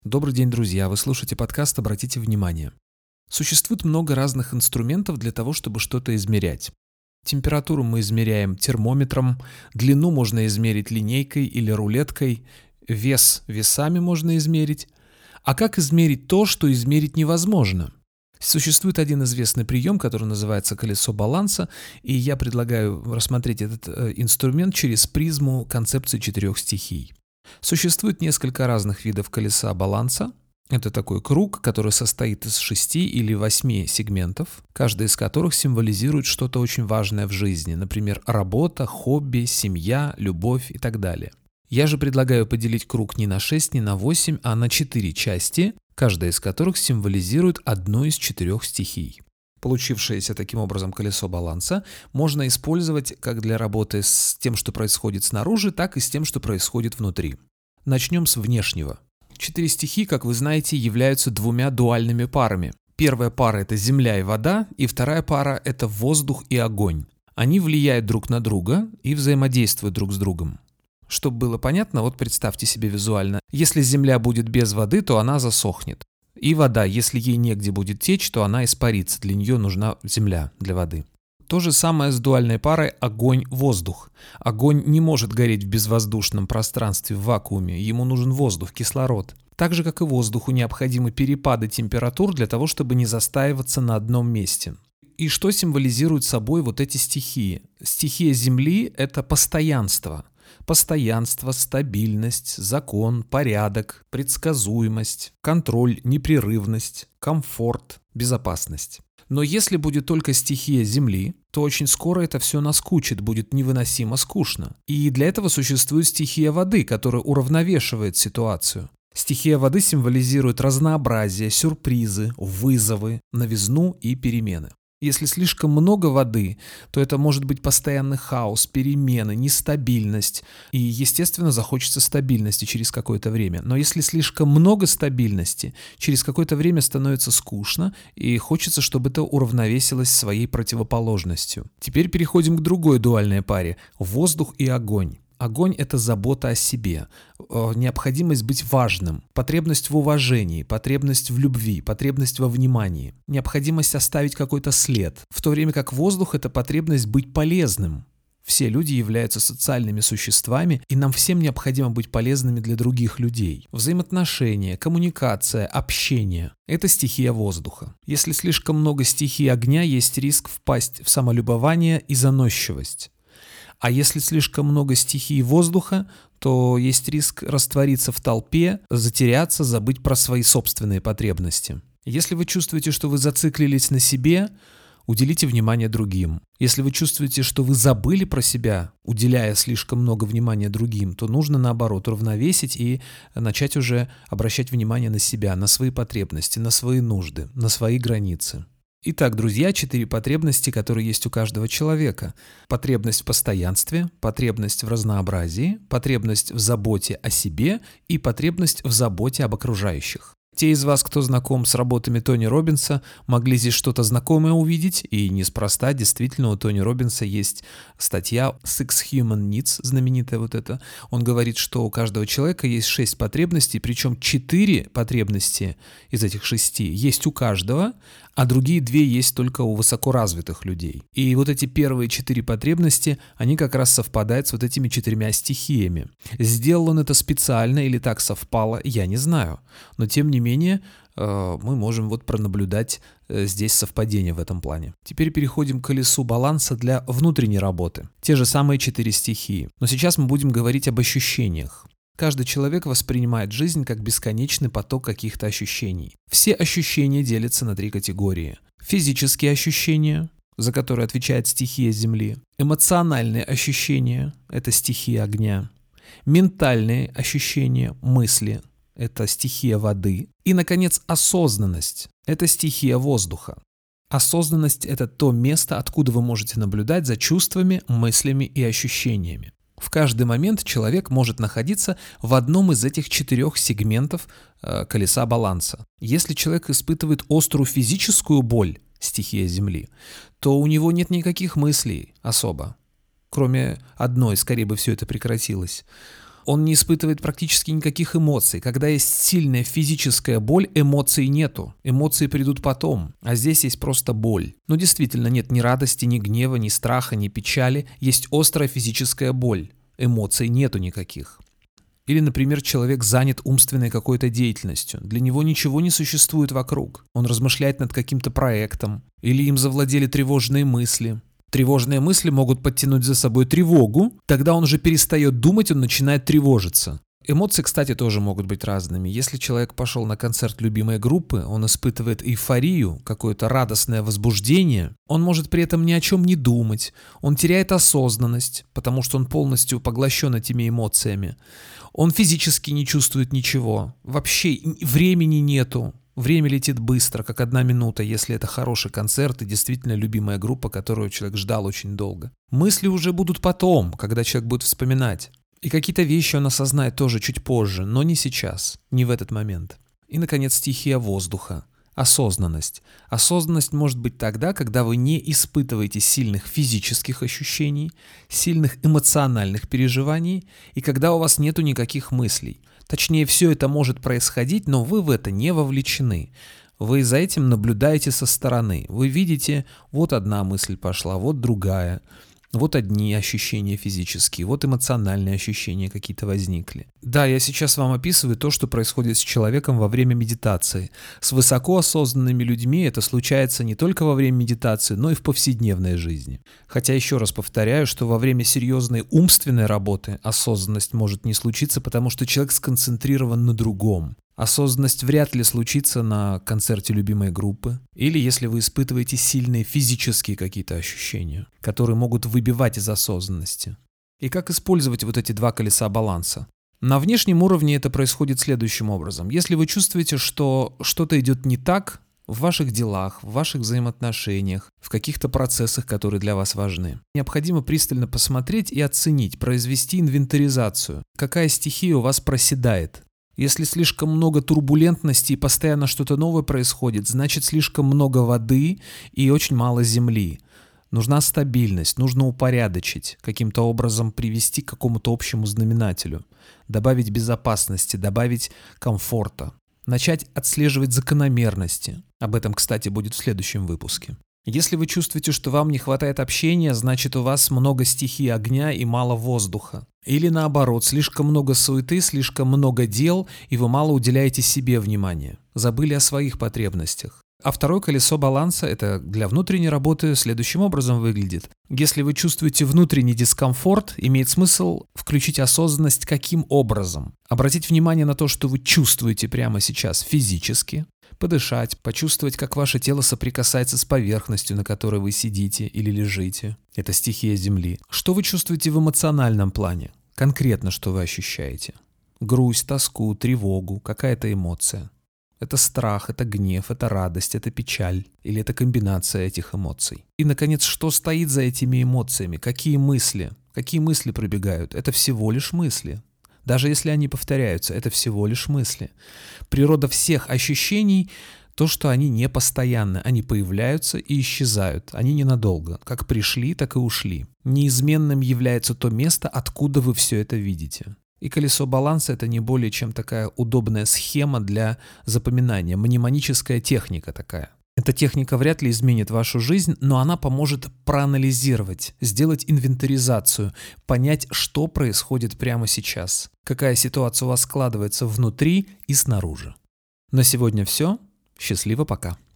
Добрый день, друзья! Вы слушаете подкаст «Обратите внимание». Существует много разных инструментов для того, чтобы что-то измерять. Температуру мы измеряем термометром, длину можно измерить линейкой или рулеткой, вес весами можно измерить. А как измерить то, что измерить невозможно? Существует один известный прием, который называется колесо баланса, и я предлагаю рассмотреть этот инструмент через призму концепции 4 стихий. Существует несколько разных видов колеса баланса. Это такой круг, который состоит из 6 или 8 сегментов, каждый из которых символизирует что-то очень важное в жизни, например, работа, хобби, семья, любовь и так далее. Я же предлагаю поделить круг не на 6, не на 8, а на 4 части, каждая из которых символизирует одну из 4 стихий. Получившееся таким образом колесо баланса можно использовать как для работы с тем, что происходит снаружи, так и с тем, что происходит внутри. Начнем с внешнего. 4 стихии, как вы знаете, являются двумя дуальными парами. Первая пара – это земля и вода, и вторая пара – это воздух и огонь. Они влияют друг на друга и взаимодействуют друг с другом. Чтобы было понятно, вот представьте себе визуально. Если земля будет без воды, то она засохнет. И вода, если ей негде будет течь, то она испарится, для нее нужна земля для воды. То же самое с дуальной парой огонь-воздух. Огонь не может гореть в безвоздушном пространстве, в вакууме, ему нужен воздух, кислород. Так же, как и воздуху, необходимы перепады температур для того, чтобы не застаиваться на одном месте. И что символизируют собой вот эти стихии? Стихия Земли – это постоянство. Постоянство, стабильность, закон, порядок, предсказуемость, контроль, непрерывность, комфорт, безопасность. Но если будет только стихия Земли, то очень скоро это все наскучит, будет невыносимо скучно. И для этого существует стихия воды, которая уравновешивает ситуацию. Стихия воды символизирует разнообразие, сюрпризы, вызовы, новизну и перемены. Если слишком много воды, то это может быть постоянный хаос, перемены, нестабильность. И, естественно, захочется стабильности через какое-то время. Но если слишком много стабильности, через какое-то время становится скучно, и хочется, чтобы это уравновесилось своей противоположностью. Теперь переходим к другой дуальной паре – воздух и огонь. Огонь – это забота о себе, необходимость быть важным, потребность в уважении, потребность в любви, потребность во внимании, необходимость оставить какой-то след, в то время как воздух – это потребность быть полезным. Все люди являются социальными существами, и нам всем необходимо быть полезными для других людей. Взаимоотношения, коммуникация, общение – это стихия воздуха. Если слишком много стихий огня, есть риск впасть в самолюбование и заносчивость. А если слишком много стихий воздуха, то есть риск раствориться в толпе, затеряться, забыть про свои собственные потребности. Если вы чувствуете, что вы зациклились на себе, уделите внимание другим. Если вы чувствуете, что вы забыли про себя, уделяя слишком много внимания другим, то нужно, наоборот, уравновесить и начать уже обращать внимание на себя, на свои потребности, на свои нужды, на свои границы. Итак, друзья, 4 потребности, которые есть у каждого человека. Потребность в постоянстве, потребность в разнообразии, потребность в заботе о себе и потребность в заботе об окружающих. Те из вас, кто знаком с работами Тони Роббинса, могли здесь что-то знакомое увидеть, и неспроста, действительно, у Тони Роббинса есть статья Six Human Needs, знаменитая вот эта. Он говорит, что у каждого человека есть 6 потребностей, причем 4 потребности из этих 6 есть у каждого, а другие 2 есть только у высокоразвитых людей. И вот эти первые 4 потребности, они как раз совпадают с вот этими 4 стихиями. Сделал он это специально или так совпало, я не знаю. Но тем не менее, мы можем вот пронаблюдать здесь совпадение в этом плане. Теперь переходим к колесу баланса для внутренней работы. Те же самые 4 стихии. Но сейчас мы будем говорить об ощущениях. Каждый человек воспринимает жизнь как бесконечный поток каких-то ощущений. Все ощущения делятся на 3 категории. Физические ощущения, за которые отвечает стихия Земли. Эмоциональные ощущения – это стихия огня. Ментальные ощущения, мысли – это стихия воды. И, наконец, осознанность – это стихия воздуха. Осознанность – это то место, откуда вы можете наблюдать за чувствами, мыслями и ощущениями. В каждый момент человек может находиться в одном из этих 4 сегментов колеса баланса. Если человек испытывает острую физическую боль, стихия Земли, то у него нет никаких мыслей особо, кроме одной, скорее бы все это прекратилось. Он не испытывает практически никаких эмоций. Когда есть сильная физическая боль, эмоций нету. Эмоции придут потом, а здесь есть просто боль. Но действительно нет ни радости, ни гнева, ни страха, ни печали. Есть острая физическая боль. Эмоций нету никаких. Или, например, человек занят умственной какой-то деятельностью. Для него ничего не существует вокруг. Он размышляет над каким-то проектом. Или им завладели тревожные мысли. Тревожные мысли могут подтянуть за собой тревогу. Тогда он уже перестает думать, он начинает тревожиться. Эмоции, кстати, тоже могут быть разными. Если человек пошел на концерт любимой группы, он испытывает эйфорию, какое-то радостное возбуждение, он может при этом ни о чем не думать, он теряет осознанность, потому что он полностью поглощен этими эмоциями. Он физически не чувствует ничего, вообще времени нету. Время летит быстро, как 1 минута, если это хороший концерт и действительно любимая группа, которую человек ждал очень долго. Мысли уже будут потом, когда человек будет вспоминать. И какие-то вещи он осознает тоже чуть позже, но не сейчас, не в этот момент. И, наконец, стихия воздуха. Осознанность. Осознанность может быть тогда, когда вы не испытываете сильных физических ощущений, сильных эмоциональных переживаний, и когда у вас нету никаких мыслей. Точнее, все это может происходить, но вы в это не вовлечены. Вы за этим наблюдаете со стороны. Вы видите, вот одна мысль пошла, вот другая. Вот одни ощущения физические, вот эмоциональные ощущения какие-то возникли. Да, я сейчас вам описываю то, что происходит с человеком во время медитации. С высокоосознанными людьми это случается не только во время медитации, но и в повседневной жизни. Хотя еще раз повторяю, что во время серьезной умственной работы осознанность может не случиться, потому что человек сконцентрирован на другом. Осознанность вряд ли случится на концерте любимой группы или если вы испытываете сильные физические какие-то ощущения, которые могут выбивать из осознанности. И как использовать вот эти 2 колеса баланса? На внешнем уровне это происходит следующим образом. Если вы чувствуете, что что-то идет не так в ваших делах, в ваших взаимоотношениях, в каких-то процессах, которые для вас важны, необходимо пристально посмотреть и оценить, произвести инвентаризацию, какая стихия у вас проседает. Если слишком много турбулентности и постоянно что-то новое происходит, значит слишком много воды и очень мало земли. Нужна стабильность, нужно упорядочить, каким-то образом привести к какому-то общему знаменателю, добавить безопасности, добавить комфорта, начать отслеживать закономерности. Об этом, кстати, будет в следующем выпуске. Если вы чувствуете, что вам не хватает общения, значит у вас много стихий огня и мало воздуха. Или наоборот, слишком много суеты, слишком много дел, и вы мало уделяете себе внимания. Забыли о своих потребностях. А второе колесо баланса, это для внутренней работы, следующим образом выглядит. Если вы чувствуете внутренний дискомфорт, имеет смысл включить осознанность каким образом. Обратить внимание на то, что вы чувствуете прямо сейчас физически. Подышать, почувствовать, как ваше тело соприкасается с поверхностью, на которой вы сидите или лежите. Это стихия Земли. Что вы чувствуете в эмоциональном плане? Конкретно, что вы ощущаете? Грусть, тоску, тревогу, какая-то эмоция. Это страх, это гнев, это радость, это печаль. Или это комбинация этих эмоций. И, наконец, что стоит за этими эмоциями? Какие мысли? Какие мысли пробегают? Это всего лишь мысли. Даже если они повторяются, это всего лишь мысли. Природа всех ощущений – то, что они не постоянны, они появляются и исчезают, они ненадолго, как пришли, так и ушли. Неизменным является то место, откуда вы все это видите. И колесо баланса – это не более чем такая удобная схема для запоминания, мнемоническая техника такая. Эта техника вряд ли изменит вашу жизнь, но она поможет проанализировать, сделать инвентаризацию, понять, что происходит прямо сейчас, какая ситуация у вас складывается внутри и снаружи. На сегодня все. Счастливо, пока.